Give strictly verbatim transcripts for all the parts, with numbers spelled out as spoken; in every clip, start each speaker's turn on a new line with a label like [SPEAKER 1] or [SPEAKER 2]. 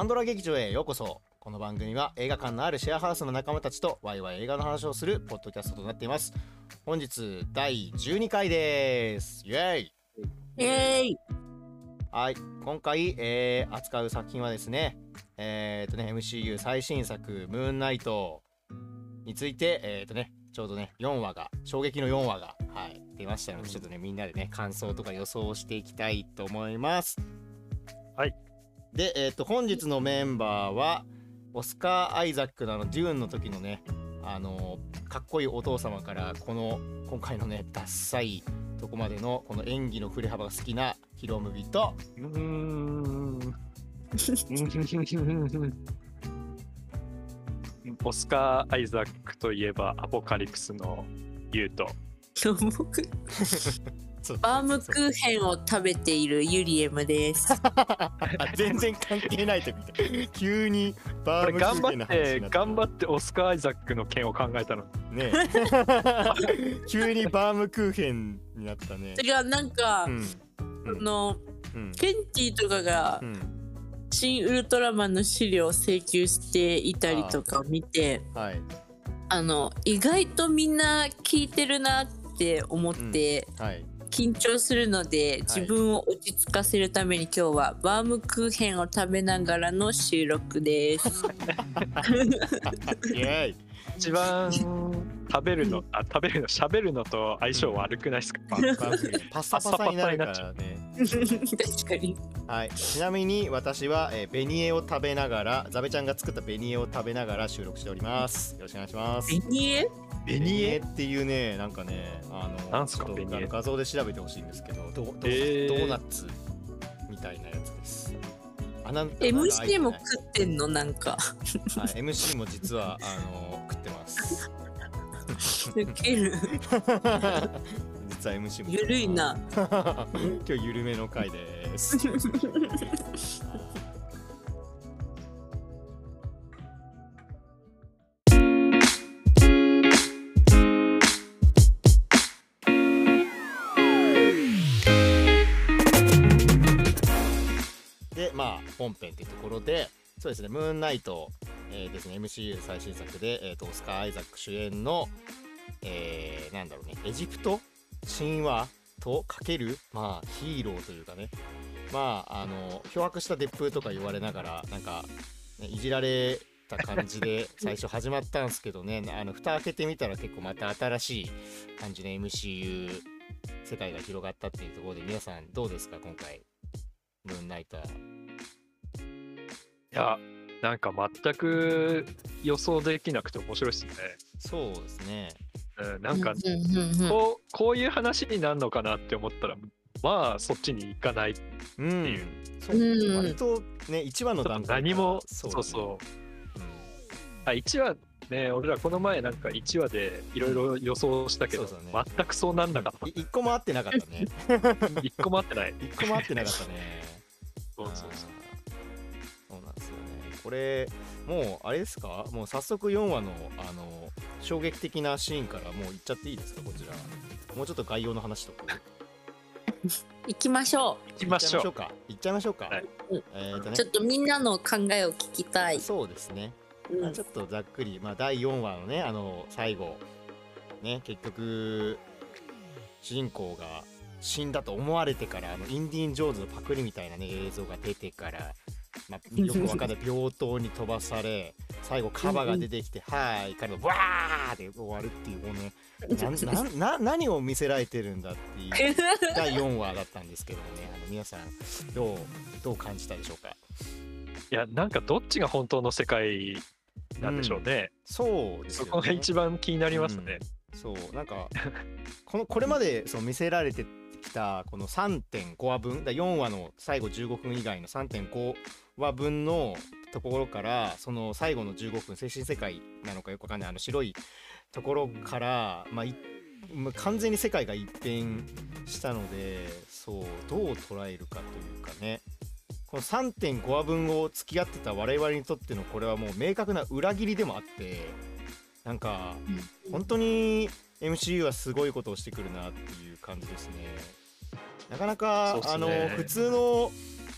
[SPEAKER 1] ンドラ劇場へようこそ。この番組は映画館のあるシェアハウスの仲間たちとワイワイ映画の話をするポッドキャストとなっています。本日だいじゅうにかいです。イエーイ
[SPEAKER 2] イエーイ。
[SPEAKER 1] はい、今回、えー、扱う作品はですね、えーとね エムシーユー 最新作ムーンナイトについて、えーとねちょうどねよんわが衝撃のよんわが、はい、出ましたので、ちょっとねみんなでね感想とか予想していきたいと思います。
[SPEAKER 3] はい。
[SPEAKER 1] で、えーと本日のメンバーはオスカー・アイザックのあのデューンの時のねあのかっこいいお父様からこの今回のねダッサいとこまでのこの演技の振れ幅が好きなヒロムビと
[SPEAKER 3] うーんオスカー・アイザックといえばアポカリプスのユウと
[SPEAKER 2] バームクーヘンを食べているユリエムです
[SPEAKER 1] 全然関係ないとみたい急にバームクーヘンの話になった。
[SPEAKER 3] 頑張ってオスカー・アイザックの件を考えたの
[SPEAKER 1] ね急にバームクーヘンになったね。
[SPEAKER 2] てかなんか、うんうん、の、うん、ケンティとかが、うん、新ウルトラマンの資料を請求していたりとか見て あ,、はい、あの意外とみんな聞いてるなって思って、うんはい、緊張するので自分を落ち着かせるために今日はバームクーヘンを食べながらの収録です
[SPEAKER 1] イエーイ。
[SPEAKER 3] 一番食べるのあ食べるの喋るのと相性悪くないですか、うん、
[SPEAKER 1] パサパサになるからね
[SPEAKER 2] 確かに、
[SPEAKER 1] はい、ちなみに私は、えー、ベニエを食べながらザベちゃんが作ったベニエを食べながら収録しております。よろしくお願いします。
[SPEAKER 2] ベニエ
[SPEAKER 1] ベニエっていうねなんかねあの
[SPEAKER 3] なんすか
[SPEAKER 1] ベニエ画像で調べてほしいんですけど ド, ド,
[SPEAKER 3] えー、
[SPEAKER 1] ドーナツみたいなやつです。
[SPEAKER 2] エムシー も食ってんのなんか、
[SPEAKER 1] はい、エムシー も実はあの食ってます
[SPEAKER 2] ウケる
[SPEAKER 1] 実は エムシー も
[SPEAKER 2] ゆるいな
[SPEAKER 1] 今日ゆるめの回ですでまあ本編っていうところでそうですねムーンナイト、えー、ですね エムシーユー 最新作で、えー、とオスカー・アイザック主演の、えー、なんだろうねエジプト神話とかけるまあヒーローというかねまああの漂白したデップとか言われながらなんか、ね、いじられた感じで最初始まったんですけどねあの蓋開けてみたら結構また新しい感じの エムシーユー 世界が広がったっていうところで皆さんどうですか今回ムーンナイトは。
[SPEAKER 3] いやなんか全く予想できなくて面白いですね。
[SPEAKER 1] そうですね、
[SPEAKER 3] うん、なんかこう、こういう話になるのかなって思ったらまあそっちに行かないっていう、うん、
[SPEAKER 1] そう割とねいちわの段階
[SPEAKER 3] 何もそうそうそう、うん、あいちわね俺らこの前なんかいちわでいろいろ予想したけど、うんそうそうね、全くそうなんなかった。
[SPEAKER 1] いっこも合ってなかったね
[SPEAKER 3] いっこも合ってない
[SPEAKER 1] いっこも合ってなかったね
[SPEAKER 3] そうそうそう
[SPEAKER 1] そうなんですよね。これもうあれですかもう早速よんわのあの衝撃的なシーンからもういっちゃっていいですかこちら。もうちょっと概要の話とか
[SPEAKER 2] 行きましょう
[SPEAKER 3] 行きましょう
[SPEAKER 1] か行っちゃいましょうか、はい
[SPEAKER 2] えーとね、ちょっとみんなの考えを聞きたい。
[SPEAKER 1] そうですね、うんまあ、ちょっとざっくり、まあ、だいよんわのねあの最後ね結局主人公が死んだと思われてからあのインディーン・ジョーンズのパクリみたいな、ね、映像が出てから、まあ、よくわかんない病棟に飛ばされ最後カバが出てきてはい彼のバーって終わるっていうもうねななな何を見せられてるんだっていうだいよんわだったんですけどねあの皆さんどうどう感じたでしょうか。
[SPEAKER 3] いやなんかどっちが本当の世界なんでしょうね、
[SPEAKER 1] うん、そうですよね。
[SPEAKER 3] そこが一番気になりますね、
[SPEAKER 1] うん、そうなんかこのこれまでその見せられてきたこの さんてんごわぶんだよんわの最後じゅうごふん以外の さんてんごわぶんのところからその最後のじゅうごふん精神世界なのかよくわかんないあの白いところから、まあ、い完全に世界が一変したのでそうどう捉えるかというかねこの さんてんごわぶんを付き合ってた我々にとってのこれはもう明確な裏切りでもあってなんか本当に エムシーユー はすごいことをしてくるなっていう感じですね。なかなか、ね、あの普通の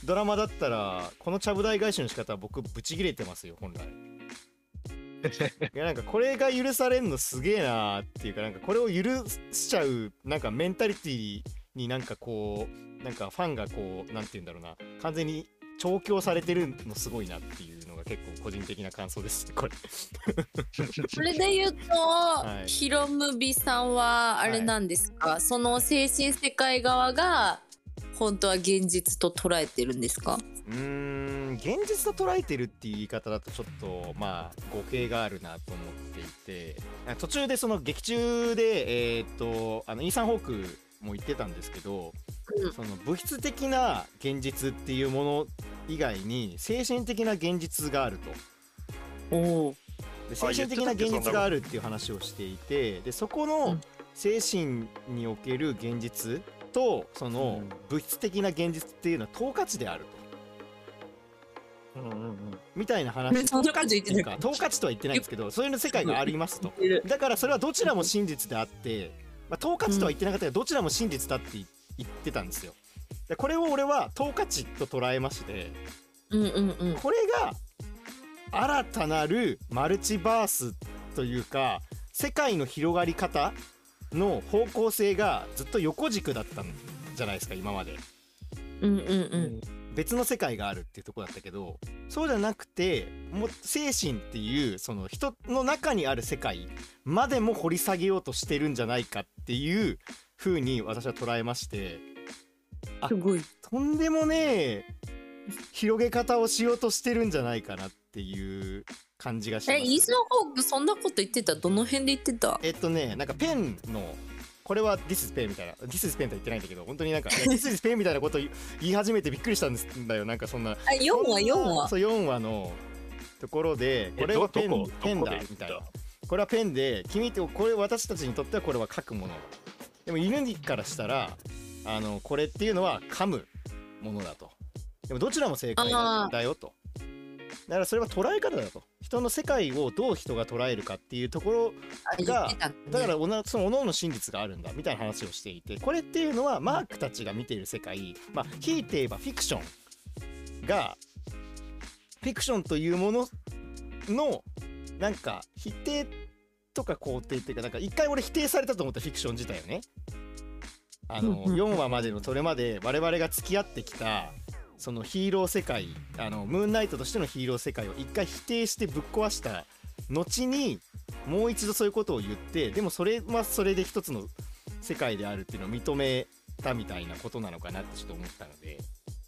[SPEAKER 1] ドラマだったらこのちゃぶ台返しの仕方は僕ブチギレてますよ本来。いやなんかこれが許されんのすげえなーっていうか、なんかこれを許しちゃうなんかメンタリティになんかこうなんかファンがこうなんて言うんだろうな、完全に調教されてるのすごいなっていうのが結構個人的な感想ですこれ。
[SPEAKER 2] それで言うと、はい、ヒロムビさんはあれなんですか、はい、その精神世界側が本当は現実と捉えてるんですか？
[SPEAKER 1] うーん、現実と捉えてるっていう言い方だとちょっとまあ語弊があるなと思っていて、途中でその劇中でえー、っとあのイーサン・ホークも言ってたんですけど、うん、その物質的な現実っていうもの以外に精神的な現実があると。おで精神的な現実があるっていう話をしていて、でそこの精神における現実とその物質的な現実っていうのは等価値であると、うんうんうん、みたいな話。等価値っていうか等価値とは言ってないんですけど、そういう世界がありますと。だからそれはどちらも真実であって、まあ、等価値とは言ってなかったけどどちらも真実だって言ってたんですよ。でこれを俺は等価値と捉えまして、うんうんうん、これが新たなるマルチバースというか世界の広がり方の方向性がずっと横軸だったんじゃないですか今まで、うんうんうん、別の世界があるっていうところだったけど、そうじゃなくてもう精神っていうその人の中にある世界までも掘り下げようとしてるんじゃないかっていう風に私は捉えまして、あ、すごいとんでもねえ広げ方をしようとしてるんじゃないかなっていう感じがします。
[SPEAKER 2] え、イーサン・ホークそんなこと言ってた？どの辺で言ってた？
[SPEAKER 1] えっとね、なんかペンのこれは This is Pen みたいな This is Pen とは言ってないんだけど、本当になんかThis is Pen みたいなことを言い始めてびっくりしたんだよ。なんかそんなあ
[SPEAKER 2] よんわよんわ
[SPEAKER 1] そうよんわのところでこれはペンペンだみたいな、これはペンで君ってこれ私たちにとってはこれは書くもの、でも犬からしたらあのこれっていうのは噛むものだと。でもどちらも正解だよと。だからそれは捉え方だと。人の世界をどう人が捉えるかっていうところが、ね、だからおなその各々の真実があるんだみたいな話をしていて、これっていうのはマークたちが見ている世界、まあひいて言えばフィクションがフィクションというもののなんか否定とか肯定っていうか、なんか一回俺否定されたと思ったフィクション自体をね、あのよんわまでのそれまで我々が付き合ってきたそのヒーロー世界、あのムーンナイトとしてのヒーロー世界を一回否定してぶっ壊した後にもう一度そういうことを言って、でもそれはそれで一つの世界であるっていうのを認めたみたいなことなのかなってちょっと思ったので、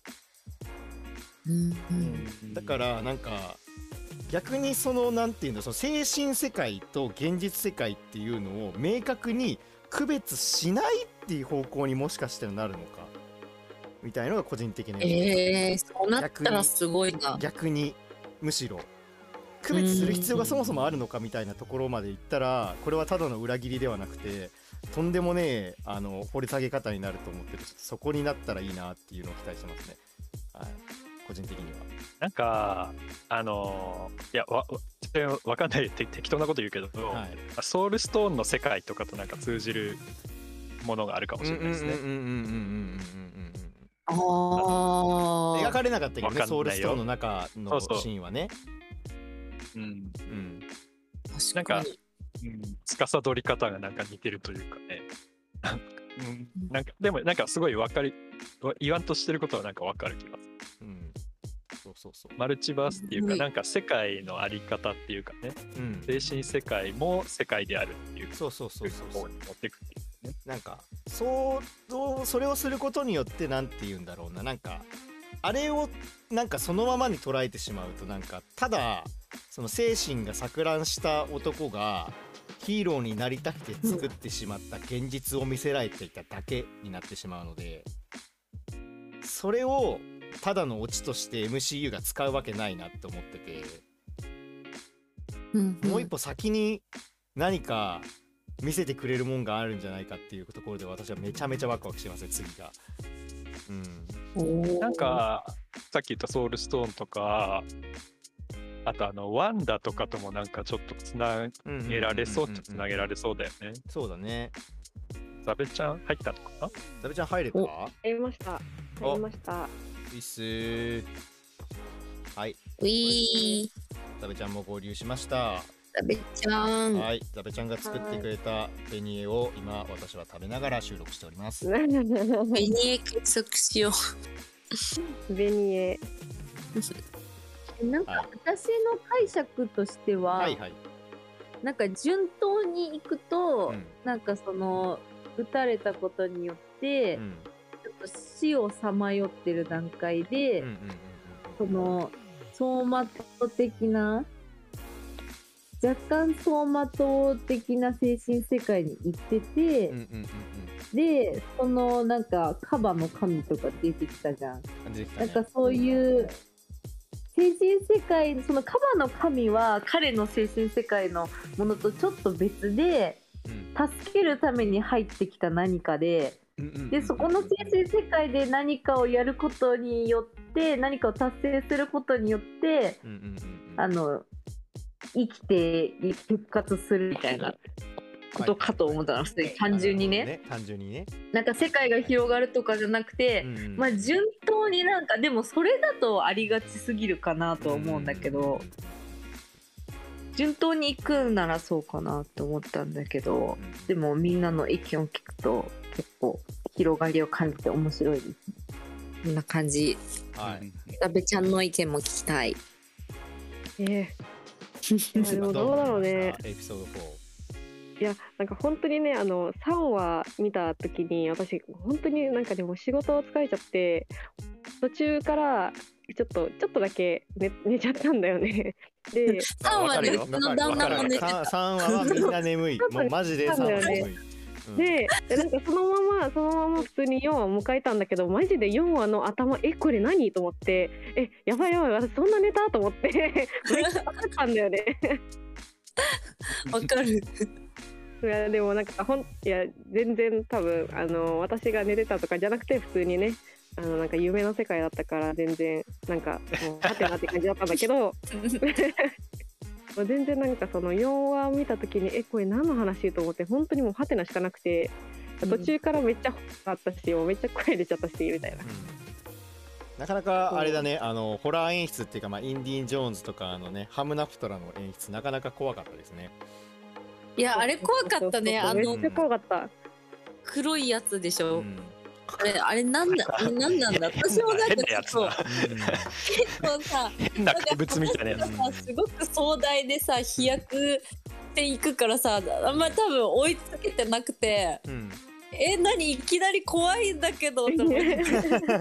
[SPEAKER 1] うんうん、だからなんか逆にそのなんていうの、その精神世界と現実世界っていうのを明確に区別しないっていう方向にもしかしたらなるのかみたいのが個人的な。
[SPEAKER 2] えー、そうなったらすごいな。
[SPEAKER 1] 逆にむしろ区別する必要がそもそもあるのかみたいなところまでいったら、これはただの裏切りではなくてとんでもねえあの掘り下げ方になると思ってる。そこになったらいいなっていうのを期待してますね、はい、個人的には。
[SPEAKER 3] なんかあのー、いやわわかんない適当なこと言うけど、はい、ソウルストーンの世界とかとなんか通じるものがあるかもしれないですね。
[SPEAKER 2] あ
[SPEAKER 1] 描かれなかったけどね、ソウルストーンの中のシーンはね。
[SPEAKER 3] うんうん、なんか、うん、司り方がなんか似てるというかね。うん、なんかでもなんかすごい分かり言わんとしてることはなんか分かる気がする。うん、そうそうそう。マルチバースっていうか、なんか世界のあり方っていうかね、うん、精神世界も世界であるっていう、
[SPEAKER 1] そうそうそうそうそう、
[SPEAKER 3] 持ってくっていう。
[SPEAKER 1] なんかそうそれをすることによってなんて言うんだろうな、なんかあれをなんかそのままに捉えてしまうと、なんかただその精神が錯乱した男がヒーローになりたくて作ってしまった現実を見せられていただけになってしまうので、それをただのオチとして エムシーユー が使うわけないなって思ってて、うんうん、もう一歩先に何か見せてくれるもんがあるんじゃないかっていうところで私はめちゃめちゃワクワクしてますね、次が。
[SPEAKER 3] うん、なんかさっき言ったソウルストーンとか、あとあのワンダとかともなんかちょっとつなげられそうっちゃつなげられそうだよね。
[SPEAKER 1] そうだね。
[SPEAKER 3] ザベちゃん入ったのかな？
[SPEAKER 1] ザベちゃん入れた？
[SPEAKER 4] 入りました。入りました。
[SPEAKER 1] いっすー。はい。
[SPEAKER 2] ういー。
[SPEAKER 1] ザベちゃんも合流しました。
[SPEAKER 2] ザベちゃん。
[SPEAKER 1] はい、ザベちゃんが作ってくれたベニエを今私は食べながら収録しております。
[SPEAKER 2] ベニエ結束しよ
[SPEAKER 4] う。ベニエ。なんか私の解釈としては、はいはい、なんか順当にいくと、うん、なんかその撃たれたことによって、うん、ちょっと死をさまよってる段階で、その走馬灯的な若干走馬灯的な精神世界に行ってて、でそのなんかカバの神とか出てきたじゃん。ね、なんかそういう精神世界、そのカバの神は彼の精神世界のものとちょっと別で、うん、助けるために入ってきた何かで、でそこの精神世界で何かをやることによって何かを達成することによって、あの生きて復活するみたいなことかと思ったら、普通に単純にね、
[SPEAKER 1] 単純にね、
[SPEAKER 4] なんか世界が広がるとかじゃなくて、うんうん、まあ順当になんかでもそれだとありがちすぎるかなと思うんだけど、順当に行くならそうかなと思ったんだけど、でもみんなの意見を聞くと結構広がりを感じて面白いですね。こんな感じ。はい。阿部ちゃんの意見も聞きたい。
[SPEAKER 5] えー、でもどうだろうね。
[SPEAKER 1] エピソードフォー。
[SPEAKER 5] いやなんか本当にね、あのさんわ見た時に私本当になんかでも仕事を疲れちゃって途中からちょっとちょっとだけ 寝, 寝ちゃったんだよね。で
[SPEAKER 2] さんわでうちの旦那も寝てた。
[SPEAKER 1] さんわはみんな眠い。もうマジでさんわ眠い。
[SPEAKER 5] でなんかそのままそのまま普通によんわを迎えたんだけど、マジでよんわの頭えこれ何と思って、えやばいやばい私そんな寝たと思ってめっちゃ分かったんだよね。
[SPEAKER 2] わかる。
[SPEAKER 5] いやでもなんかほんいや全然多分あの私が寝てたとかじゃなくて普通にね、あのなんか夢の世界だったから全然なんかもうハテナって感じだったんだけど全然なんかそのよんわ見た時にえこれ何の話と思って本当にもうハテナしかなくて、途中からめっちゃあったし、もうめっちゃ声出ちゃったしみたいな、うん、
[SPEAKER 1] なかなかあれだね、あのホラー演出っていうか、まあ、インディーン・ジョーンズとかのねハムナプトラの演出なかなか怖かったですね。
[SPEAKER 2] いやあれ怖かったね。あの
[SPEAKER 5] めっちゃ怖かった。
[SPEAKER 2] 黒いやつでしょ、うん、あれあれなんだあれなんなんだ。私もなんかちょっと結構さ
[SPEAKER 3] 変な怪物みたいなや
[SPEAKER 2] つすごく壮大でさ飛躍していくからさ、あんま多分追いつけてなくて、うん、え何いきなり怖いんだけどと思ってあれ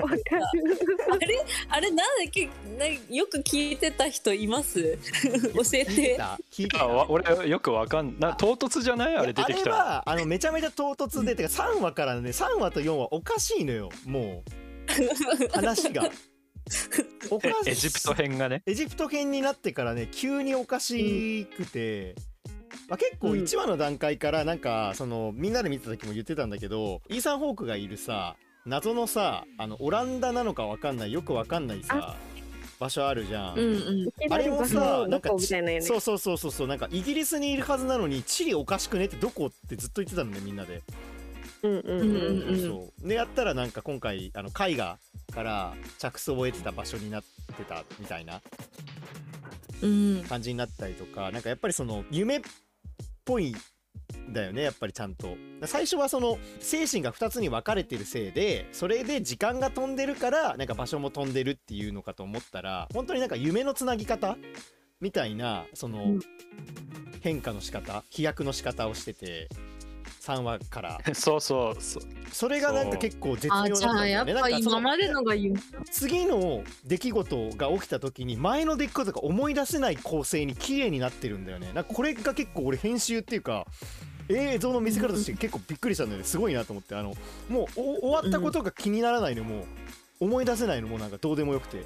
[SPEAKER 2] あれなんだっけ、なよく聞いてた人います教えて。
[SPEAKER 3] 聞いた俺よくわかんない。唐突じゃないあれ出てきた。
[SPEAKER 1] あれはあのめちゃめちゃ唐突でてかさんわからね、さんわとよんわおかしいのよもう話が
[SPEAKER 3] おかしい。エジプト編がね
[SPEAKER 1] エジプト編になってからね急におかしくて、うんまあ、結構いちわの段階からなんかそのみんなで見てた時も言ってたんだけど、イーサン・ホークがいるさ謎のさあのオランダなのかわかんないよくわかんないさ場所あるじゃん、うんうん、あれもさなんかそうそうそうそうそうなんかイギリスにいるはずなのにチリおかしくねってどこってずっと言ってたのねみんなで。うんうんうんうん、そうでやったらなんか今回あの絵画から着想を得てた場所になってたみたいな感じになったりとか、なんかやっぱりその夢っぽいだよねやっぱりちゃんと。最初はその精神がふたつに分かれてるせいでそれで時間が飛んでるからなんか場所も飛んでるっていうのかと思ったら、本当になんか夢のつなぎ方みたいなその変化の仕方飛躍の仕方をしててさんわから
[SPEAKER 3] そうそうそう
[SPEAKER 1] それがなんか結構絶妙だったんだよね。
[SPEAKER 2] やっぱ今までのが言う
[SPEAKER 1] 次の出来事が起きた時に前の出来事が思い出せない構成に綺麗になってるんだよね。なんかこれが結構俺編集っていうか映像の見せ方として結構びっくりしたんだよね。すごいなと思って、あのもう終わったことが気にならないのも思い出せないのもなんかどうでもよくて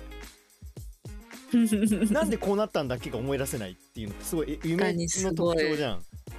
[SPEAKER 1] なんでこうなったんだっけが思い出せないっていうのってすごい夢の特徴じゃん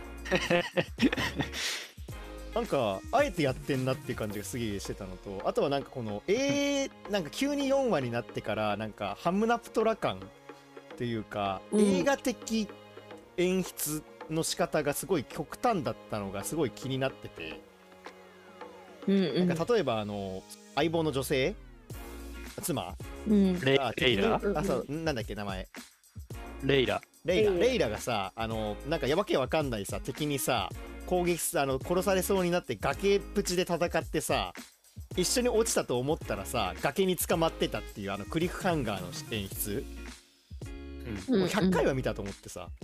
[SPEAKER 1] なんかあえてやってんなっていう感じがすげえしてたのと、あとはなんかこのえー、なんか急によんわになってからなんかハムナプトラ感っていうか、うん、映画的演出の仕方がすごい極端だったのがすごい気になってて、うんうん、なんか例えばあの相棒の女性妻、
[SPEAKER 2] うん、
[SPEAKER 3] レイラ
[SPEAKER 1] あ、そう、なんだっけ名前、
[SPEAKER 3] レイラ
[SPEAKER 1] レイラレイラがさ、あのなんかやわけわかんないさ敵にさ攻撃あの殺されそうになって崖っぷちで戦ってさ、一緒に落ちたと思ったらさ崖に捕まってたっていうあのクリフハンガーの演出、うん、もうひゃっかいは見たと思ってさ、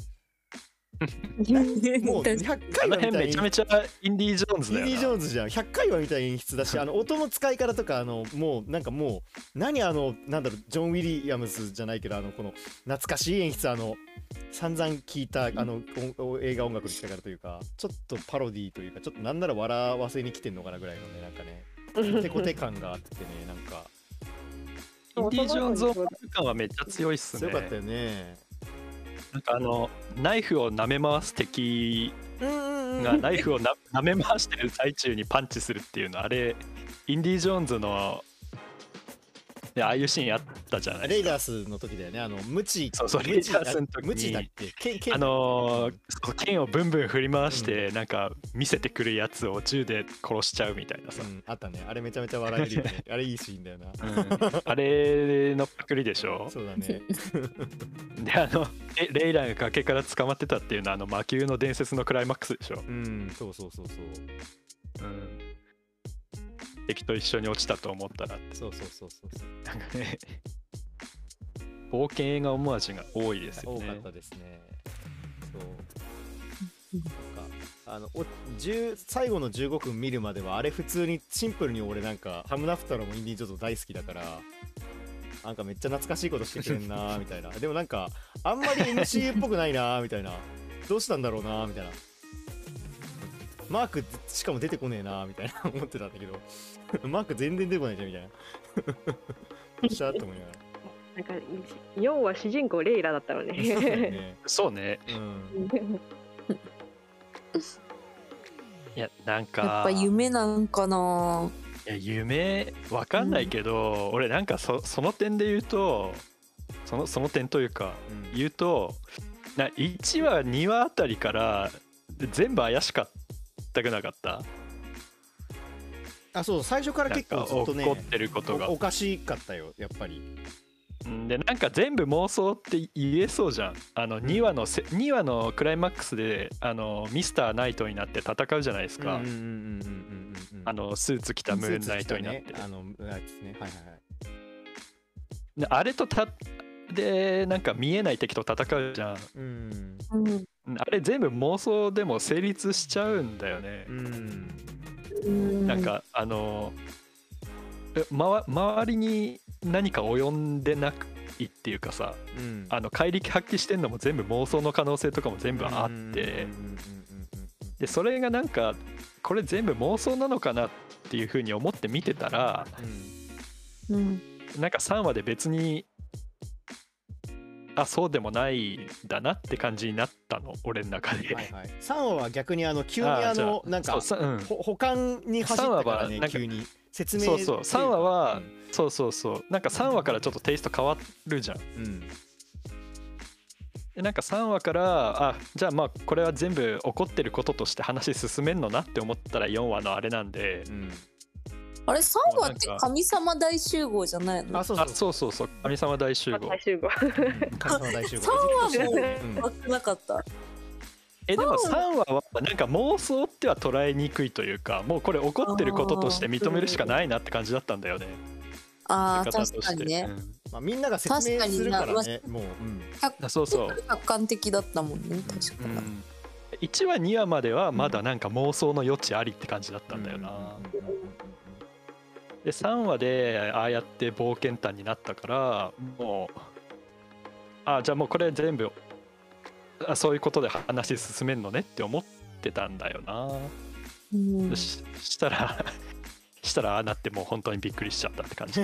[SPEAKER 1] もうひゃっかいは見た。
[SPEAKER 3] めちゃめちゃインディ・ジョーンズだよな。
[SPEAKER 1] インディ・ジョーンズじゃん。ひゃっかいは見た演出だし、あの音の使い方とか、あのもうなんかもう何あのなんだろう、ジョン・ウィリアムズじゃないけど、あのこの懐かしい演出、あの散々聞いたあの映画音楽の使い方というか、ちょっとパロディーというか、ちょっとなんなら笑わせに来てんのかなぐらいのね、なんかねテコテ感があってね、なんか
[SPEAKER 3] インディ・ジョーンズ音楽感はめっちゃ強いっすね。
[SPEAKER 1] 強かったよね。
[SPEAKER 3] なんかあのナイフを舐め回す敵がナイフをな舐め回してる最中にパンチするっていうの、あれインディ・ジョーンズのああいうシーンあったじゃないですか。
[SPEAKER 1] レイダースの時だよね、あのムチ、
[SPEAKER 3] そうそう、レイダースの時に
[SPEAKER 1] ムチだっけ、
[SPEAKER 3] あのー、剣をブンブン振り回して、うん、なんか見せてくるやつを銃で殺しちゃうみたいなさ、うん、
[SPEAKER 1] あったね。あれめちゃめちゃ笑えるよねあれいいシーンだよな、
[SPEAKER 3] うん、あれのパクリでしょ。
[SPEAKER 1] そうだね
[SPEAKER 3] で、あのレイラーが崖から捕まってたっていうのはあの魔球の伝説のクライマックスでしょ。
[SPEAKER 1] うん、そうそうそうそう、
[SPEAKER 3] うん、敵と一緒に落ちたと思ったらって。
[SPEAKER 1] そうそうそうそう、
[SPEAKER 3] なんかね冒険映画オマージュが多いですよね。
[SPEAKER 1] 多かったですね。そうなんかあのお最後のじゅうごふん見るまではあれ普通にシンプルに俺なんかハムナプタロもインディ・ジョーンズ大好きだから、なんかめっちゃ懐かしいことしてくれんなーみたいなでもなんかあんまり エムシーユー っぽくないなーみたいな、どうしたんだろうなーみたいな、マークしかも出てこねえなーみたいな思ってたんだけどマーク全然出てこないじゃんみたいなどうしたと思いながら、
[SPEAKER 5] なんかよんは主人公レイラだったのね
[SPEAKER 3] そうね、うん、いやなんか
[SPEAKER 2] やっぱ夢なんかな。
[SPEAKER 3] いや夢わかんないけど、うん、俺なんか そ, その点で言うとそのその点というか、うん、言うとないちわにわあたりから全部怪しかったくなかった？
[SPEAKER 1] あ、そう、最初から結構ずっとね
[SPEAKER 3] 怒ってることが
[SPEAKER 1] お, おかしかったよやっぱり。
[SPEAKER 3] でなんか全部妄想って言えそうじゃん。あのにわのせにわのクライマックスであのミスターナイトになって戦うじゃないですか。あのスーツ着たムーンナイトになって、
[SPEAKER 1] あのあれですね、はいはいはい
[SPEAKER 3] であれとたでなんか見えない敵と戦うじゃん、うん、あれ全部妄想でも成立しちゃうんだよね、うん、なんかあのま周りに何か及んでないっていうかさ、うん、あの怪力発揮してんのも全部妄想の可能性とかも全部あって、でそれがなんかこれ全部妄想なのかなっていう風に思って見てたら、うん、なんかさんわで別にあそうでもないんだなって感じになったの俺の中で、はいはい、
[SPEAKER 1] さんわは逆にあの急にあのなんか補完に走ったからね、急に説明
[SPEAKER 3] そうそうさんわは、うん、そうそうそうなんかさんわからちょっとテイスト変わるじゃん、うん、でなんかさんわからあじゃあまあこれは全部起こってることとして話進めんのなって思ったらよんわのあれなんで、うん、
[SPEAKER 2] あれさんわって神様大集合じゃないの？
[SPEAKER 3] あ、そうそうそうそうそう神様大集合。
[SPEAKER 5] 大集合。
[SPEAKER 1] 神様大集合。
[SPEAKER 2] さんわも分かなかった。
[SPEAKER 3] えでもさんわはなんか妄想っては捉えにくいというか、もうこれ起こってることとして認めるしかないなって感じだったんだよね。
[SPEAKER 2] ああ確かにね、うん
[SPEAKER 1] まあ、みんなが説明するからねもう、
[SPEAKER 2] うん、そうそう客観的だったもんね確かに、うん、
[SPEAKER 3] いちわにわまではまだなんか妄想の余地ありって感じだったんだよな、でさんわでああやって冒険譚になったからもうあじゃあもうこれ全部あそういうことで話進めんのねって思ってたんだよな、うん、ししたらしたらああなってもう本当にびっくりしちゃったって感じ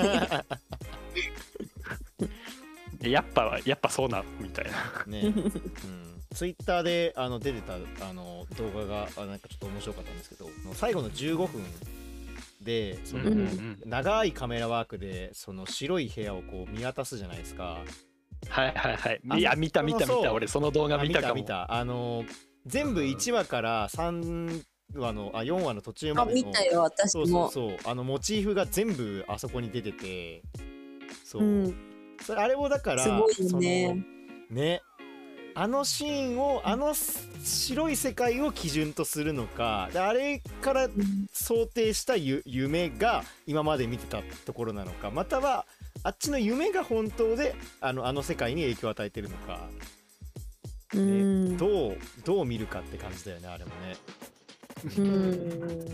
[SPEAKER 3] やっぱやっぱそうなみたいなね、うん、
[SPEAKER 1] ツイッターであの出てたあの動画があなんかちょっと面白かったんですけど、最後のじゅうごふんでその、うんうん、長いカメラワークでその白い部屋をこう見渡すじゃないですか。
[SPEAKER 3] はいはいはい。いや見た見た見た俺その動画見たかも。
[SPEAKER 1] 見た見たあの全部いちわからさん話のあよんわの途中までの
[SPEAKER 2] 見たよ私も。
[SPEAKER 1] そうそうそうあのモチーフが全部あそこに出てて、そう、うん、それあれもだから
[SPEAKER 2] すごいよね。
[SPEAKER 1] ね、あのシーンをあの白い世界を基準とするのか、あれから想定したゆ夢が今まで見てたところなのか、またはあっちの夢が本当であのあの世界に影響を与えてるのか、ね、うんどうどう見るかって感じだよねあれもね。
[SPEAKER 2] うんい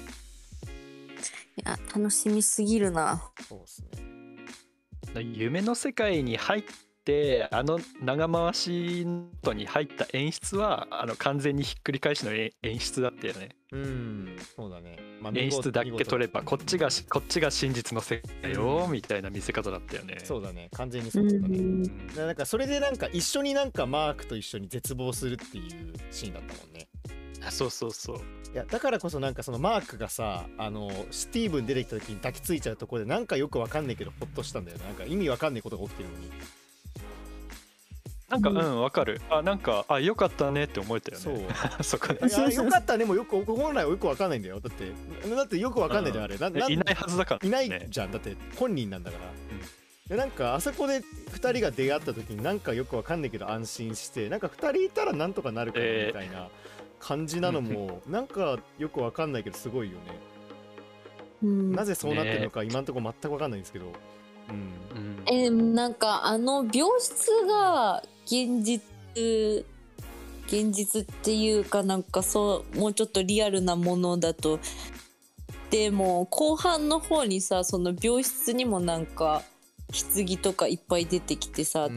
[SPEAKER 2] や楽しみすぎるな。
[SPEAKER 1] そうですね。
[SPEAKER 3] 夢の世界に入ってあの長回しのに入った演出はあの完全にひっくり返しの演出だったよね。
[SPEAKER 1] うんそうだね、
[SPEAKER 3] まあ、演出だけ取ればこっちがこっちが真実の世界よみたいな見せ方だったよね。
[SPEAKER 1] そうだね完全にそうだね。うんなんかそれでなんか一緒になんかマークと一緒に絶望するっていうシーンだったもんね。
[SPEAKER 3] そうそうそう。
[SPEAKER 1] いやだからこそなんかそのマークがさあのスティーブン出てきた時に抱きついちゃうところでなんかよくわかんないけどホッとしたんだよね。なんか意味わかんないことが起きてるのに
[SPEAKER 3] なんかうんわかる。あなんかあよかったねって思えたよね。そうそこで。
[SPEAKER 1] いやよかったねもよく本来はよくわかんないんだよ。だってだってよくわかんないじゃんあれ。な
[SPEAKER 3] ないないはずだから、ね。
[SPEAKER 1] いないじゃんだって本人なんだから。うんでなんかあそこでふたりが出会った時になんかよくわかんないけど安心してなんかふたりいたらなんとかなるかなみたいな感じなのも、えー、なんかよくわかんないけどすごいよね。うん、なぜそうなってるのか、ね、今のところ全くわかんないんですけど、
[SPEAKER 2] うん、えー、なんかあの描出が現実現実っていうかなんかそうもうちょっとリアルなものだとでも後半の方にさその病室にもなんか棺とかいっぱい出てきてさ、うん、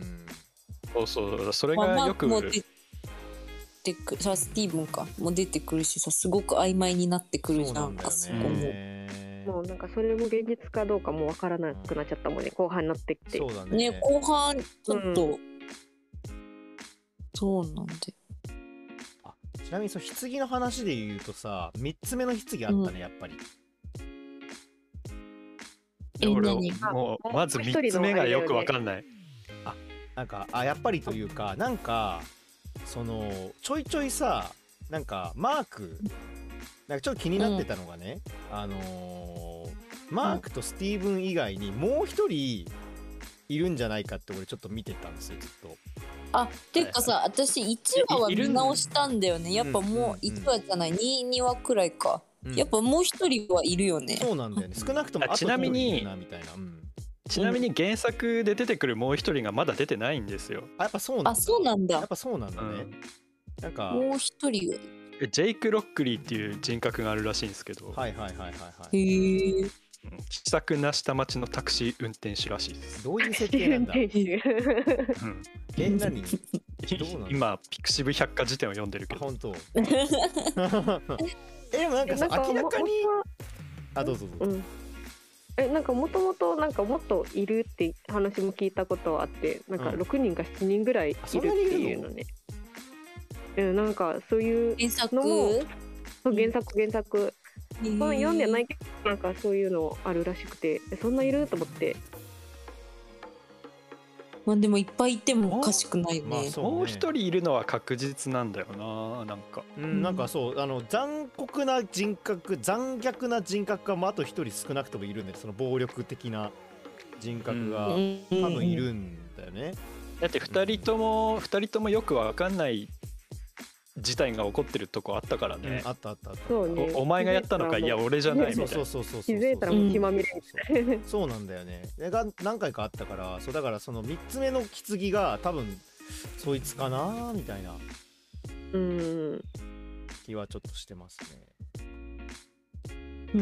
[SPEAKER 3] そうそうそれがよく、まあ、
[SPEAKER 2] 出てくさスティーブンかも出てくるしさすごく曖昧になってくるじゃんかそこも。
[SPEAKER 5] もうなんかそれも現実かどうかもわからなくなっちゃったもんね、うん、後半になってきて。
[SPEAKER 1] そうだね。
[SPEAKER 2] ね後半ちょっと、うん、そうなんで。
[SPEAKER 1] あちなみにその棺の話で言うとさみっつめの棺あったね、うん、やっぱり。
[SPEAKER 3] え俺もうまずみっつめがよくわかんない。
[SPEAKER 1] あなんかあやっぱりというかなんかそのちょいちょいさなんかマークなんかちょっと気になってたのがね、うん、あのー、マークとスティーブン以外にもう一人いるんじゃないかって俺ちょっと見てたんですよずっと。
[SPEAKER 2] あっていうかさ、はいはい、私いちわは見直したんだよね。やっぱもういちわじゃない、うんうん、に, にわくらいか、うん、やっぱもう一人はいるよね。
[SPEAKER 1] そうなんだよね少なくともあと
[SPEAKER 3] ちなみに
[SPEAKER 1] みたいな、うん、
[SPEAKER 3] ちなみに原作で出てくるもう一人がまだ出てないんですよ。
[SPEAKER 1] あやっぱそうなんだ。
[SPEAKER 2] あそうなんだ。
[SPEAKER 1] やっぱそうなんだね、うん、なんか
[SPEAKER 2] もう一人は
[SPEAKER 3] ジェイク・ロックリーっていう人格があるらしいんですけど、
[SPEAKER 1] はいはいはいはいはい。
[SPEAKER 2] へえ。
[SPEAKER 3] 気さくな下町のタクシー運転手らしいです。
[SPEAKER 1] どういう設定なんだ。うん。え何？どうなん
[SPEAKER 3] 今ピクシブ百科事典を読んでるけど。
[SPEAKER 1] 本当。えでもなんかさ明らかにあどうぞどうぞ。うん、
[SPEAKER 5] えなんかもともとなんかもっといるって話も聞いたことはあってなんかろくにんかしちにんぐらいいるっていうのね。うん、なんかそういうのも原作原作原作本読んでないけどなんかそういうのあるらしくてそんないると思って。
[SPEAKER 2] まあでもいっぱいいてもおかしくないよね。まあ
[SPEAKER 3] そうねもう一人いるのは確実なんだよななんか、
[SPEAKER 1] うん、なんかそうあの残酷な人格残虐な人格があと一人少なくともいるんでその暴力的な人格が多分いるんだよね。
[SPEAKER 3] だってふたりともふたりともよくわかんない事態が起こってるとこあったからね。
[SPEAKER 1] うん、あったあったあった。
[SPEAKER 5] そうね、
[SPEAKER 3] お, お前がやったのかいや俺じゃないみたいな。
[SPEAKER 1] そうそうそうそう
[SPEAKER 5] 気づいたらもう血まみれみたいな。
[SPEAKER 1] そうなんだよね。が何回かあったからそうだからそのみっつめの棺が多分そいつかなみたいな
[SPEAKER 5] うん
[SPEAKER 1] 気はちょっとしてますね。
[SPEAKER 2] うんうん、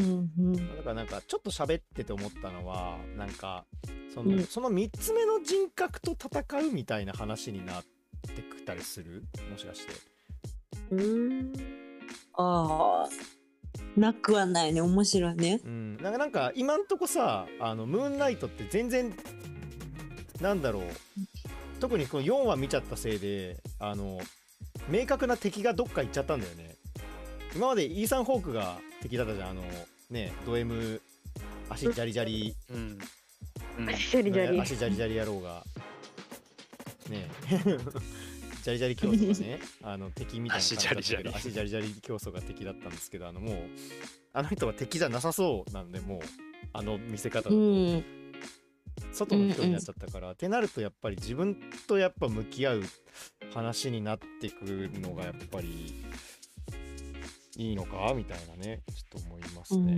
[SPEAKER 1] だからなんかちょっと喋ってて思ったのはなんかその、うん、そのみっつめの人格と戦うみたいな話になってきたりするもしかして。
[SPEAKER 5] うーん
[SPEAKER 2] ああなくはないね面白いね。
[SPEAKER 1] うん、なんかなんか今んとこさあのムーンナイトって全然なんだろう特にこのよんわ見ちゃったせいであの明確な敵がどっか行っちゃったんだよね。今までイーサン・ホークが敵だったじゃんあのねド M 足ジャリジャリ、
[SPEAKER 5] うんうん、足ジャリジャリ
[SPEAKER 1] 足ジャリジャリ野郎がねジジャリジャリ競争がねあの敵みたいな感じだったけど、足ジャリジャリ競争が敵だったんですけど、あのもうあの人は敵じゃなさそうなんで、もうあの見せ方だと、うん、外の人になっちゃったから、うんうん、ってなるとやっぱり自分とやっぱ向き合う話になってくるのがやっぱりいいのかみたいなね、ちょっと思いますね。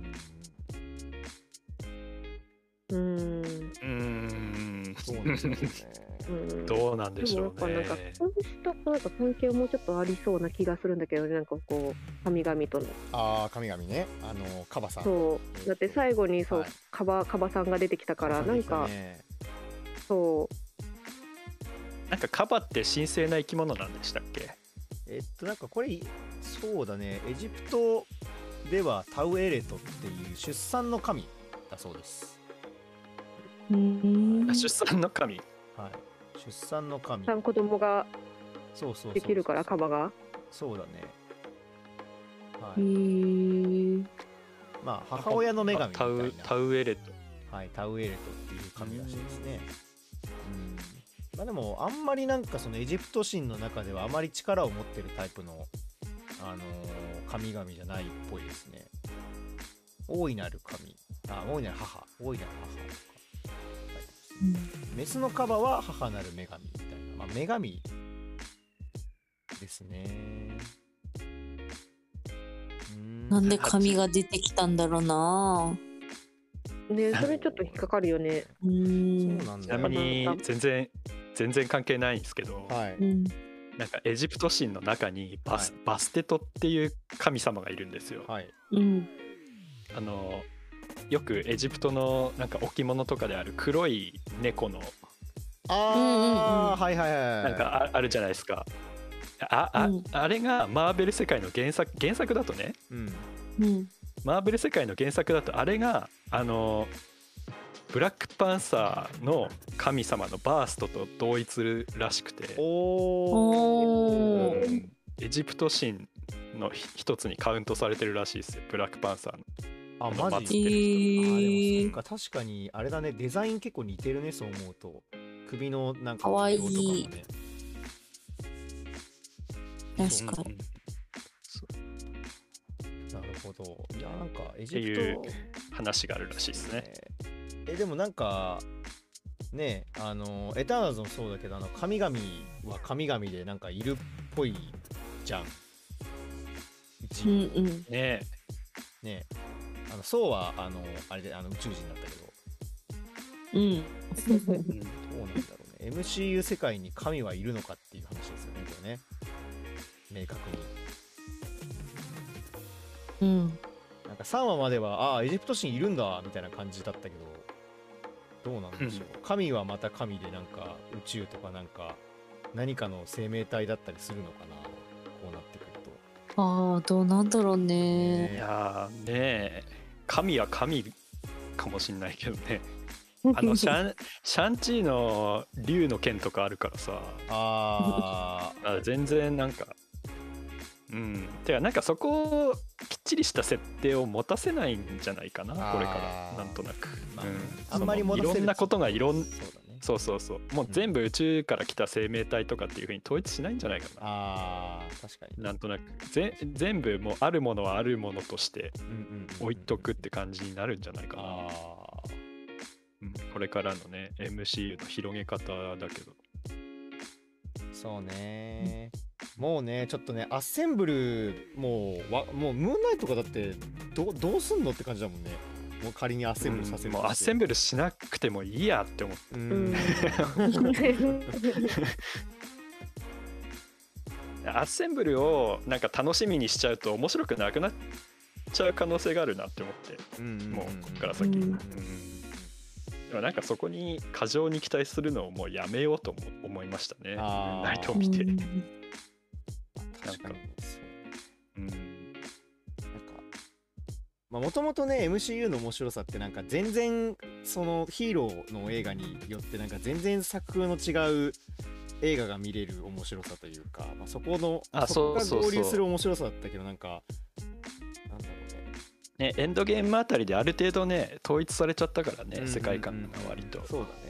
[SPEAKER 5] うん、うーん、
[SPEAKER 3] うーん、
[SPEAKER 1] そうなんですよね。
[SPEAKER 3] どうなんでしょうね。
[SPEAKER 5] でもやっぱなんかそうしたなんか関係もうちょっとありそうな気がするんだけど、ね、なんかこう神々との。
[SPEAKER 1] ああ、神々ね、あのカバさん。
[SPEAKER 5] そうだって最後にそう、はい、カバカバさんが出てきたから、なんかそう
[SPEAKER 3] なんかカバって神聖な生き物なんでしたっけ？
[SPEAKER 1] えっとなんかこれそうだね、エジプトではタウエレトっていう出産の神だそうです。
[SPEAKER 3] うん、出産の神。
[SPEAKER 1] はい。出産の神。
[SPEAKER 5] 子供ができるからカバが。
[SPEAKER 1] そうだね。
[SPEAKER 2] はい。
[SPEAKER 1] まあ母親の女神みたいな。
[SPEAKER 3] タウエレト。
[SPEAKER 1] はい、タウエレトっていう神らしいですね。うん。まあでもあんまりなんかそのエジプト神の中ではあまり力を持ってるタイプのあのー、神々じゃないっぽいですね。大いなる神。あ、大いなる母。大いなる母。うん、メスのカバは母なる女神みたいな、まあ、女神ですね。
[SPEAKER 2] なんで神が出てきたんだろうな。
[SPEAKER 5] ね、それちょっと引っかかるよね。
[SPEAKER 2] うん、
[SPEAKER 3] そうなんだ。ちなみに全然全然関係ないんですけど、
[SPEAKER 1] はい、
[SPEAKER 3] なんかエジプト神の中にバス、はい、バステトっていう神様がいるんですよ。
[SPEAKER 1] はい、
[SPEAKER 2] うん、
[SPEAKER 3] あのよくエジプトのなんか置物とかである黒い猫の
[SPEAKER 1] ああ、はいはいはい、
[SPEAKER 3] なんか あ, あるじゃないですか。あ, あ, あれがマーベル世界の原作原作だとね、
[SPEAKER 1] うん
[SPEAKER 2] うん、
[SPEAKER 3] マーベル世界の原作だとあれがあのブラックパンサーの神様のバーストと同一らしくて、
[SPEAKER 1] お
[SPEAKER 3] ー、うん、エジプト神の一つにカウントされてるらしいですよ、ブラックパンサーの。
[SPEAKER 1] あ、マジ？
[SPEAKER 2] えー、
[SPEAKER 1] あ、でもか確かにあれだね、デザイン結構似てるね、そう思うと。首のなんか
[SPEAKER 2] かわいい、
[SPEAKER 1] ね、
[SPEAKER 2] 確かに、
[SPEAKER 1] うん、なるほど。いや、なんかエジプト
[SPEAKER 3] っていう話があるらしいですね。
[SPEAKER 1] え、でもなんかね、あのエターナルズもそうだけど、あの神々は神々でなんかいるっぽいじゃん。
[SPEAKER 2] うんうん、
[SPEAKER 3] ねえ
[SPEAKER 1] ねえ、あのソウはあのあれであの宇宙人だったけど、
[SPEAKER 2] うん、
[SPEAKER 1] どうなんだろうね。エムシーユー 世界に神はいるのかっていう話ですよね、これね。明確
[SPEAKER 2] に。うん。
[SPEAKER 1] なんかさんわまでは、ああ、エジプト神いるんだみたいな感じだったけど、どうなんでしょう。うん、神はまた神でなんか宇宙とかなんか何かの生命体だったりするのかな、こうなってくると。
[SPEAKER 2] ああ、どうなんだろうね。
[SPEAKER 3] ね、いやーねえ、神は神かもしんないけどね。あのシャンシャンチーの竜の剣とかあるからさ、
[SPEAKER 1] あ
[SPEAKER 3] あ全然なんか、うんてかなんかそこをきっちりした設定を持たせないんじゃないかな、これからなんとなく、
[SPEAKER 1] まあ、うん、あんまり持たせる、
[SPEAKER 3] いろんなことがいろん、
[SPEAKER 1] そうだね、
[SPEAKER 3] そうそうそう、もう全部宇宙から来た生命体とかっていう風に統一しないんじゃないかな。
[SPEAKER 1] あー、確かに
[SPEAKER 3] なんとなくぜ全部もうあるものはあるものとして置いとくって感じになるんじゃないかな。
[SPEAKER 1] あ
[SPEAKER 3] うん、これからのね エムシーユー の広げ方だけど、
[SPEAKER 1] そうね、うん、もうねちょっとねアッセンブルもうわもうムーンナイトとかだってどどうすんのって感じだもんね。もう仮にアッセンブルさせる、
[SPEAKER 3] うん、もうアッセンブルしなくてもいいやって思って、うん、アッセンブルをなんか楽しみにしちゃうと面白くなくなっちゃう可能性があるなって思って、うんうんうん、もうこっから先、うんうん、でもなんかそこに過剰に期待するのをもうやめようと思いましたね、ナイトを見て、うん、
[SPEAKER 1] 確かにそう、うん、なんかまあもともとね エムシーユー の面白さってなんか全然そのヒーローの映画によってなんか全然作風の違う映画が見れる面白さというか、まあ、そこの
[SPEAKER 3] あ
[SPEAKER 1] そこが合流する面白さだったけど、なんかなんだろう
[SPEAKER 3] ね、ねエンドゲームあたりである程度ね統一されちゃったからね、うんうんうん、世界観が割と
[SPEAKER 1] そうだね、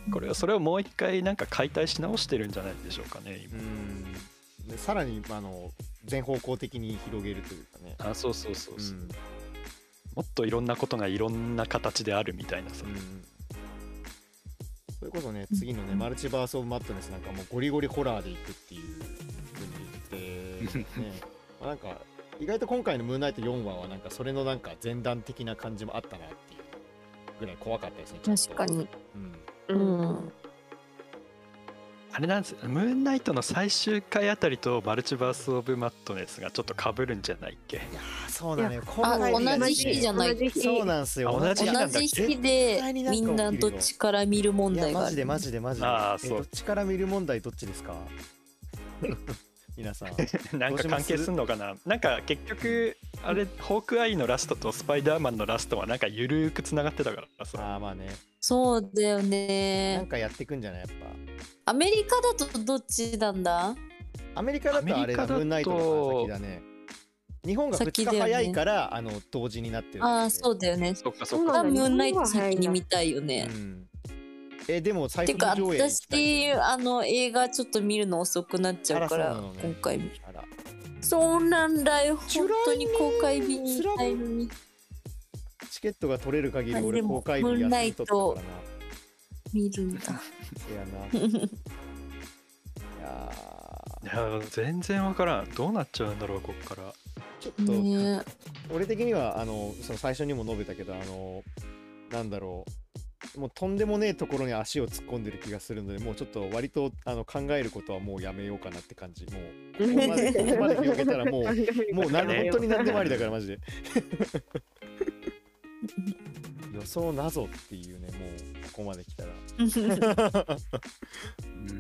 [SPEAKER 3] これはそれをもう一回なんか解体し直してるんじゃないでしょうかね今。
[SPEAKER 1] うんでさらにあの全方向的に広げるというかね。
[SPEAKER 3] あ、そうそうそうそう、うん、もっといろんなことがいろんな形であるみたいなさ、うん、
[SPEAKER 1] それこそね次のねマルチバース・オブ・マットネスなんかもうゴリゴリホラーでいくっていうふうに言ってねまあなんか意外と今回のムーンナイトよんわはなんかそれのなんか前段的な感じもあったなっていうぐらい怖かったですね。
[SPEAKER 2] 確かに、うん、うん、
[SPEAKER 3] あれなんですよ、ムーンナイトの最終回あたりとマルチバース・オブ・マットネスがちょっと被るんじゃないっけ。い
[SPEAKER 1] やーそうなのよ、
[SPEAKER 2] あ同じ日じゃない。
[SPEAKER 1] そうなんですよ、
[SPEAKER 2] 同じ日でみんなどっちから見る問題がある。
[SPEAKER 1] マジでマジでマジで。ああそう、どっちから見る問題どっちですか皆さん
[SPEAKER 3] なんか関係すんのかな。なんか結局あれホークアイのラストとスパイダーマンのラストはなんかゆるーくつながってたからさ。
[SPEAKER 1] ああまあね、
[SPEAKER 2] そうだよね。
[SPEAKER 1] なんかやってくんじゃないやっ
[SPEAKER 2] ぱ。アメリカだとどっちなんだ。
[SPEAKER 1] アメリカだとあれだ、ムーンナイトの先だね。日本がふつか早いから、ね、あの同時になってる。
[SPEAKER 2] ああそうだよね。そっかそっか。ムーンナイト先に見たいよね。うん、
[SPEAKER 1] えでも最初
[SPEAKER 2] の上映私あの映画ちょっと見るの遅くなっちゃうから、ね、今回そうなんだよ、本当に公開日に行きたいのに。
[SPEAKER 1] チケットが取れる限り俺公開日休み取ったからな。
[SPEAKER 2] 見るんだ。
[SPEAKER 1] いやな。いや
[SPEAKER 3] いや全然わからん、どうなっちゃうんだろうこっから。
[SPEAKER 1] ちょっと、ね、俺的にはあのその最初にも述べたけど、あのなんだろう、もうとんでもねえところに足を突っ込んでる気がするので、もうちょっと割とあの考えることはもうやめようかなって感じ。もうここまでここまで広げたらもうもうな本当に何でもありだからマジで。予想なぞっていうね、もうここまで来たら。うん、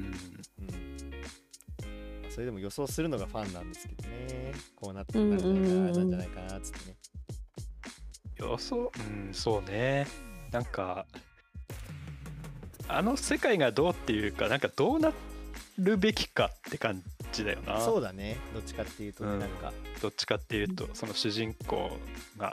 [SPEAKER 1] それでも予想するのがファンなんですけどね。こうなってなんじゃないかな、なんじゃないかなっつってね。
[SPEAKER 3] 予想、うん、そうね。なんかあの世界がどうっていうか、なんかどうなるべきかって感じだよな。
[SPEAKER 1] そうだね、どっちかっていうとね、うん、なんか
[SPEAKER 3] どっちかっていうとその主人公が、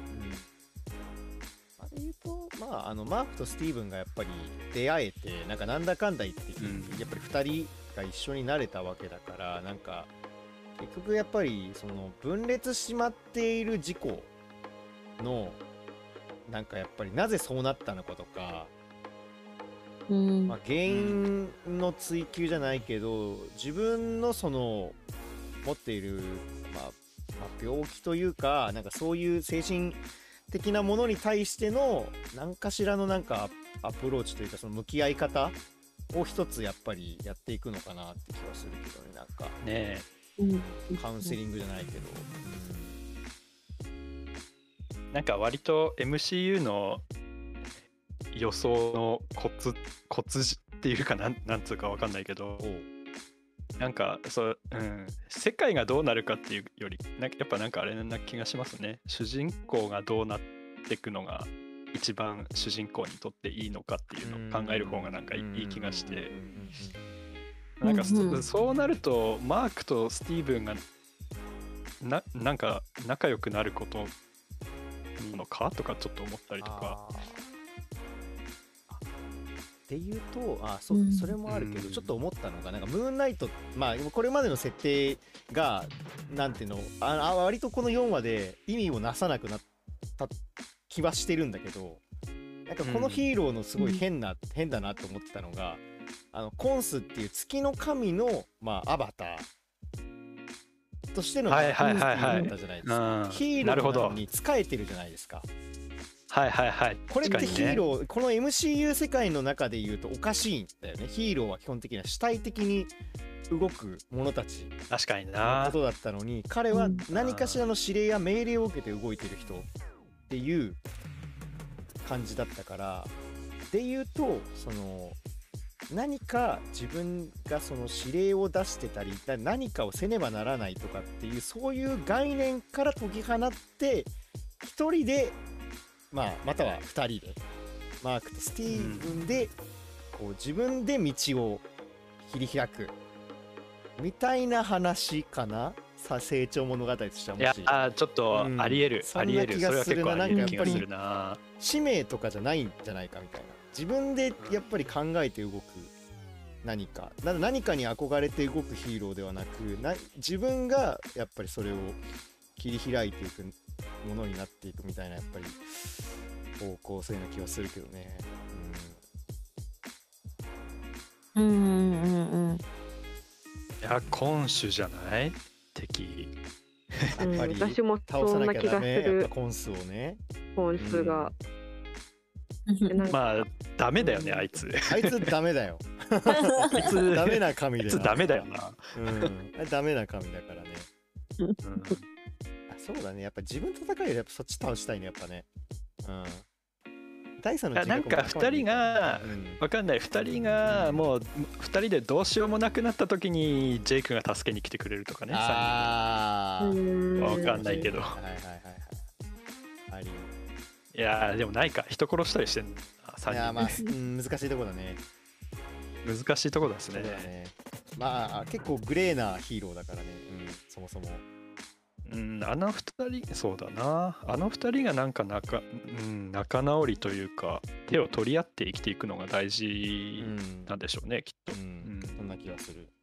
[SPEAKER 1] うん、あれ言うとまああのマークとスティーブンがやっぱり出会えて、なんかなんだかんだ言って、うん、やっぱりふたりが一緒になれたわけだから、なんか結局やっぱりその分裂しまっている事故のなんかやっぱりなぜそうなったのかとか、うんまあ、原因の追求じゃないけど、自分のその持っている、まあまあ、病気というか、なんかそういう精神的なものに対しての何かしらのなんかアプローチというか、その向き合い方を一つやっぱりやっていくのかなって気はするけどね。なんか
[SPEAKER 3] ね
[SPEAKER 1] えカウンセリングじゃないけど、
[SPEAKER 3] うん、なんか割と エムシーユー の予想のコツコツっていうか、なんなんつうかわかんないけど、なんかそう、うん、世界がどうなるかっていうより、なんかやっぱなんかあれな気がしますね。主人公がどうなっていくのが一番主人公にとっていいのかっていうのを考える方がなんかいい気がして、なんかそ、そうなるとマークとスティーブンがななんか仲良くなることなのかとかちょっと思ったりとか。
[SPEAKER 1] っていうと、あ、そう、それもあるけど、うん、ちょっと思ったのが、なんかムーンナイト、まあこれまでの設定がなんていうの、あ、割とこのよんわで意味をなさなくなった気はしてるんだけど、なんかこのヒーローのすごい変な、うん、変だなと思ってたのが、あのコンスっていう月の神の、まあ、アバターとしてのヒーローだったじゃないですか。ヒーローなのに仕えてるじゃないですか。
[SPEAKER 3] はいはいはい。
[SPEAKER 1] これってヒーロー、ね、この エムシーユー 世界の中で言うとおかしいんだよね。ヒーローは基本的には主体的に動く者たち
[SPEAKER 3] 確かにな
[SPEAKER 1] ことだったのに、彼は何かしらの指令や命令を受けて動いてる人っていう感じだったから、で言うとその何か自分がその指令を出してたり、何かをせねばならないとかっていう、そういう概念から解き放って一人で、まあ、またはふたりでマークとスティーブンでこう自分で道を切り開くみたいな話かな、さ成長物語としては。もし
[SPEAKER 3] いやちょっとありえる、うん、ありえる。
[SPEAKER 1] そんな気がするな。なんかやっぱり
[SPEAKER 3] な
[SPEAKER 1] 使命とかじゃないんじゃないかみたいな。 自分でやっぱり考えて動く何かな何かに憧れて動くヒーローではなくな自分がやっぱりそれを切り開いていくものになっていくみたいなやっぱり方向性な気はするけどね。
[SPEAKER 2] うんうんうんうん。
[SPEAKER 3] いや今週じゃない敵。
[SPEAKER 1] やっぱり
[SPEAKER 5] 私もそんな気がする。
[SPEAKER 1] コンスをね。
[SPEAKER 5] コンスが。
[SPEAKER 3] まあダメだよねあいつ。
[SPEAKER 1] あいつダメだよ。
[SPEAKER 3] あいつ
[SPEAKER 1] ダメな神だよ。
[SPEAKER 3] あいつダメだよな。
[SPEAKER 1] うん。あれダメな神だからね。うん。あそうだね。やっぱ自分戦いよりやっぱそっち倒したいねやっぱね。うん。第三の
[SPEAKER 3] なんかふたりが、うん、わかんないふたりがもうふたりでどうしようもなくなった時にジェイクが助けに来てくれるとかね。
[SPEAKER 1] ああ。
[SPEAKER 3] わかんないけど。はいはいはいはい。あり。いやでもないか人殺したりしてんの。
[SPEAKER 1] いやまあ、うん、難しいとこだね。
[SPEAKER 3] 難しいとこですね。
[SPEAKER 1] ねまあ結構グレーなヒーローだからね、うん、そもそも。
[SPEAKER 3] うん、あのふたりそうだなあのふたりがなんか仲、うん、仲直りというか手を取り合って生きていくのが大事なんでしょうね、うん、きっと、うん
[SPEAKER 1] うん、そんな気がする。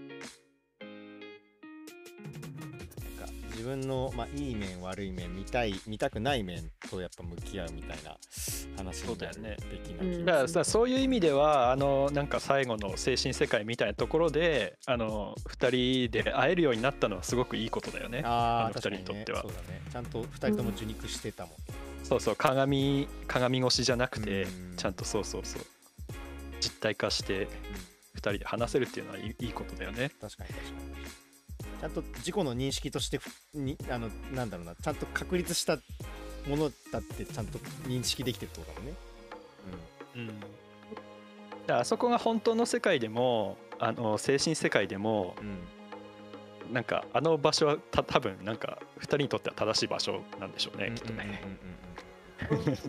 [SPEAKER 1] なんか自分の、まあ、いい面悪い面見たい見たくない面とやっぱ向き合うみたいな話になるべきな気がする。
[SPEAKER 3] だからさそういう意味ではあのなんか最後の精神世界みたいなところであのふたりで会えるようになったのはすごくいいことだよね。
[SPEAKER 1] ああ
[SPEAKER 3] のふたりにとっては、
[SPEAKER 1] ね、そうだね。ちゃんとふたりとも受肉してたもん、
[SPEAKER 3] うん、そうそう鏡鏡越しじゃなくてちゃんとそうそうそう実体化してふたりで話せるっていうのはいいことだよね。
[SPEAKER 1] 確かに確かに。ちゃんと自己の認識としてにあのなんだろうなちゃんと確立したものだってちゃんと認識できてるってことだもんね。
[SPEAKER 3] うん。うん、だからあそこが本当の世界でもあの精神世界でも、うん、なんかあの場所はた多分なんかふたりにとっては正しい場所なんでしょうね、うん、きっとね。確か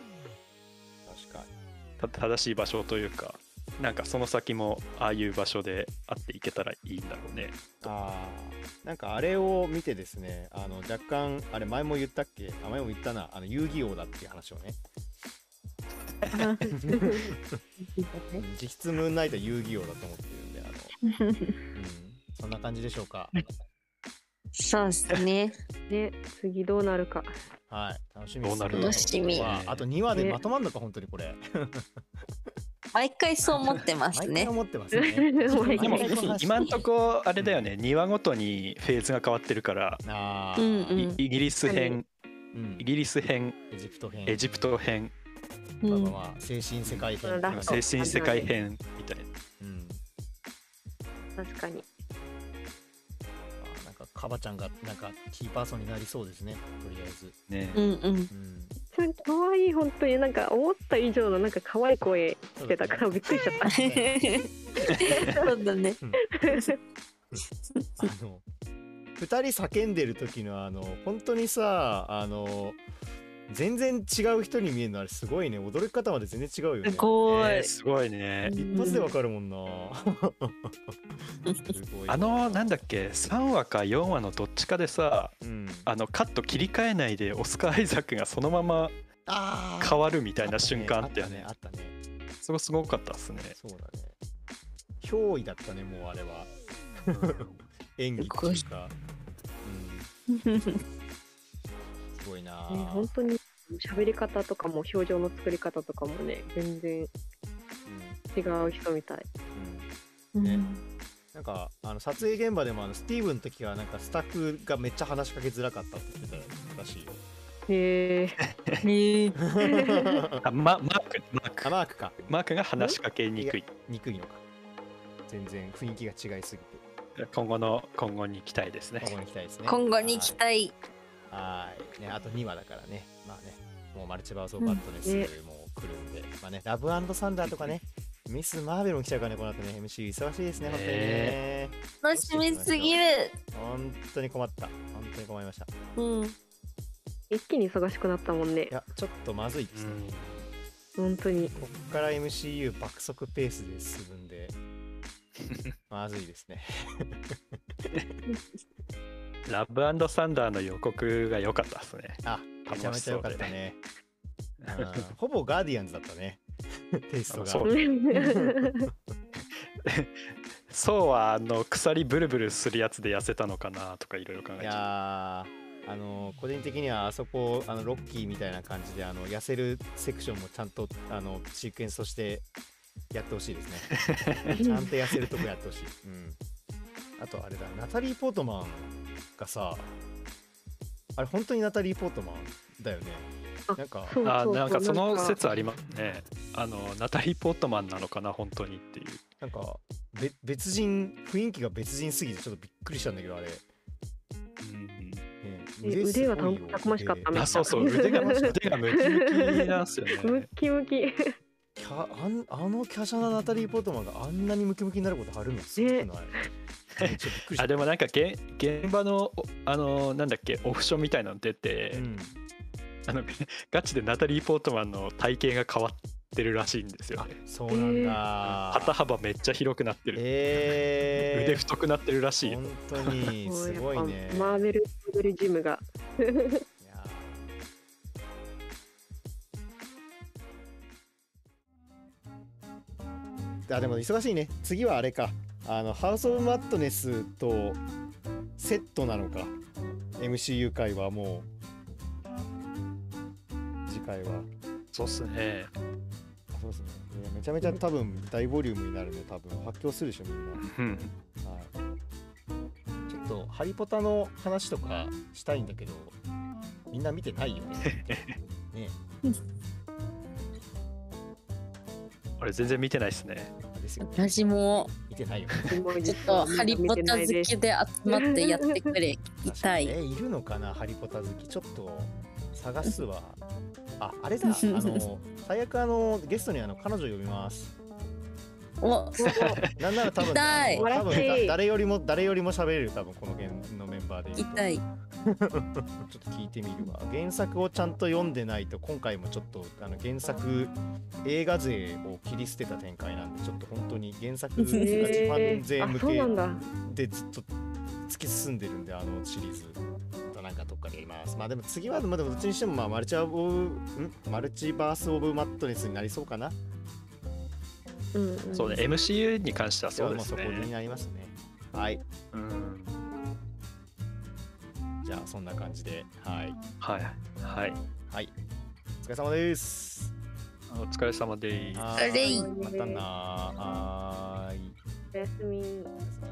[SPEAKER 3] に。正しい場所というか。なんかその先もああいう場所で会っていけたらいいんだろうね。
[SPEAKER 1] ああ、なんかあれを見てですね、あの若干あれ前も言ったっけ？あ前も言ったな、あの遊戯王だっていう話をね。実質ムーンナイトは遊戯王だと思ってるんで、あの、うん、そんな感じでしょうか。
[SPEAKER 2] そうですね。
[SPEAKER 5] ね、次どうなるか。
[SPEAKER 1] はい、楽しみです。
[SPEAKER 2] 楽しみ。
[SPEAKER 1] あとにわでまとまんのか、ね、本当にこれ。
[SPEAKER 2] 毎回そう思ってますね。
[SPEAKER 1] 毎回思ってますね。
[SPEAKER 3] でも今んとこあれだよね、にわごとにフェーズが変わってるから、
[SPEAKER 1] あ
[SPEAKER 3] イギリス編、うん、イギリス編、
[SPEAKER 1] エジプト編、
[SPEAKER 3] エジプト編、
[SPEAKER 1] うん、まあまあ精神世界編、
[SPEAKER 3] 精神世界編みたいな。
[SPEAKER 5] うん、確かに。
[SPEAKER 1] なんかカバちゃんがなんかキーパーソンになりそうですね。とりあえず。
[SPEAKER 3] ね。
[SPEAKER 2] うんうん。うん
[SPEAKER 5] かわいい本当になんか思った以上のなんか可愛い声してたからびっくりしちゃった。
[SPEAKER 2] そうだね。
[SPEAKER 1] あのふたり叫んでる時のあの本当にさあの全然違う人に見えるのあれすごいね。驚き方まで全然違うよね。
[SPEAKER 2] すごい、
[SPEAKER 3] えー、すごいね。
[SPEAKER 1] 一発でわかるもんな。
[SPEAKER 3] すごいあのなんだっけさんわかよんわのどっちかでさ、うん、あのカット切り替えないでオスカー・アイザックがそのまま変わるみたいな瞬間あったよね。
[SPEAKER 1] あったね。
[SPEAKER 3] そこすごかったっすね。
[SPEAKER 1] そうだね。脅威だったねもうあれは。演技というか。うん、すごいな、
[SPEAKER 5] ね。本当に喋り方とかも表情の作り方とかもね全然違う人みたい。
[SPEAKER 1] うん、ね。なんかあの撮影現場でもあのスティーブンの時はなんかスタッフがめっちゃ話しかけづらかったって言ってたらしいよ。
[SPEAKER 5] へえ。へえ。
[SPEAKER 3] あ、ま、マークマーク
[SPEAKER 1] あマークか。
[SPEAKER 3] マークが話しかけにくい。
[SPEAKER 1] にくいのか。全然雰囲気が違いすぎ
[SPEAKER 3] て。今後の今後に期待ですね。
[SPEAKER 1] 今後に期待ですね。
[SPEAKER 2] 今後に期待。
[SPEAKER 1] はい。ねあとにわだからね。まあねもうマルチバースオブバッドネスも来るんで、うんね、まあねラブ&サンダーとかね。ミス・マーベルも来ちゃうからね、この後ね、エムシー 忙しいですね、本当にね。
[SPEAKER 2] 楽しみすぎる。
[SPEAKER 1] 本当に困った。本当に困りました。
[SPEAKER 2] うん。
[SPEAKER 5] 一気に忙しくなったもんね。
[SPEAKER 1] いや、ちょっとまずいですね。
[SPEAKER 5] 本当に。
[SPEAKER 1] こっから エムシーユー 爆速ペースで進むんで、まずいですね。
[SPEAKER 3] ラブ&サンダーの予告が良かったですね。
[SPEAKER 1] あ、めちゃめちゃ良かったね。ほぼガーディアンズだったね。 テイストが。
[SPEAKER 3] そうそうはあの鎖ブルブルするやつで痩せたのかなとかいろいろ考えて。い
[SPEAKER 1] やあの個人的にはあそこあのロッキーみたいな感じであの痩せるセクションもちゃんとあのシークエンスとしてやってほしいですね。ちゃんと痩せるとこやってほしい。うん。あとあれだ、ナタリー・ポートマンがさ、あれ本当にナタリー・ポートマンだよね。なんか
[SPEAKER 3] あなんかその説ありますね。あのナタリー・ポートマンなのかな本当にっていう。
[SPEAKER 1] なんかべ別人雰囲気が別人すぎてちょっとびっくりしたんだけどあれ。
[SPEAKER 5] うんね、腕, 腕がたくましかった。
[SPEAKER 3] あそうそう腕が腕がムキムキなんすよね。
[SPEAKER 5] ムキムキ。
[SPEAKER 1] キャ あ, んあの華奢なナタリー・ポートマンがあんなにムキムキになることあるのすごくない？ね
[SPEAKER 3] あでもなんか現場のあのなんだっけオフションみたいなの出て、うん、あのガチでナタリー・ポートマンの体型が変わってるらしいんですよね。
[SPEAKER 1] そうなんだ。
[SPEAKER 3] 肩幅めっちゃ広くなってる。
[SPEAKER 1] えー、
[SPEAKER 3] 腕太くなってるらしい。
[SPEAKER 1] 本当にすごいね。
[SPEAKER 5] マーベルモデルジムが。
[SPEAKER 1] あでも忙しいね。次はあれか。あのハウス・オブ・マットネスとセットなのか エムシーユー 回はもう次回は
[SPEAKER 3] そうっすね
[SPEAKER 1] そうっすねめちゃめちゃ多分大ボリュームになるね。多分発狂するでしょみんな、うんはい、ちょっとハリポタの話とかしたいんだけどみんな見てないよねね
[SPEAKER 3] 俺全然見てないっすね。
[SPEAKER 2] 私も
[SPEAKER 1] 見てないよ。
[SPEAKER 2] ちょっとハリポタ好きで集まってやってくれ痛い。
[SPEAKER 1] えいるのかなハリポタ好きちょっと探すわ。ああれだあの最悪あのゲストにあの彼女呼びます。
[SPEAKER 2] お
[SPEAKER 1] なんなら多分多分誰よりも誰よりも喋れる多分このゲームのメンバーで
[SPEAKER 2] 痛い。
[SPEAKER 1] ちょっと聞いてみるわ。原作をちゃんと読んでないと今回もちょっとあの原作映画勢を切り捨てた展開なんでちょっと本当に原作が一般勢向けでずっと突き進んでるんであのシリーズとなんかどっかでやります。まあでも次はまあでもどっちにしてもまあマルチオブんマルチバースオブマットネスになりそうかな。
[SPEAKER 3] うんうん、そうね エムシーユー に関してはそうですね。
[SPEAKER 1] そこになりますね。はい。うんじゃあそんな感じで、はい
[SPEAKER 3] はいはい
[SPEAKER 1] はい。お疲れ様です。
[SPEAKER 3] お疲れ様です。
[SPEAKER 2] あれ
[SPEAKER 1] またな。はーい。
[SPEAKER 5] おやすみ。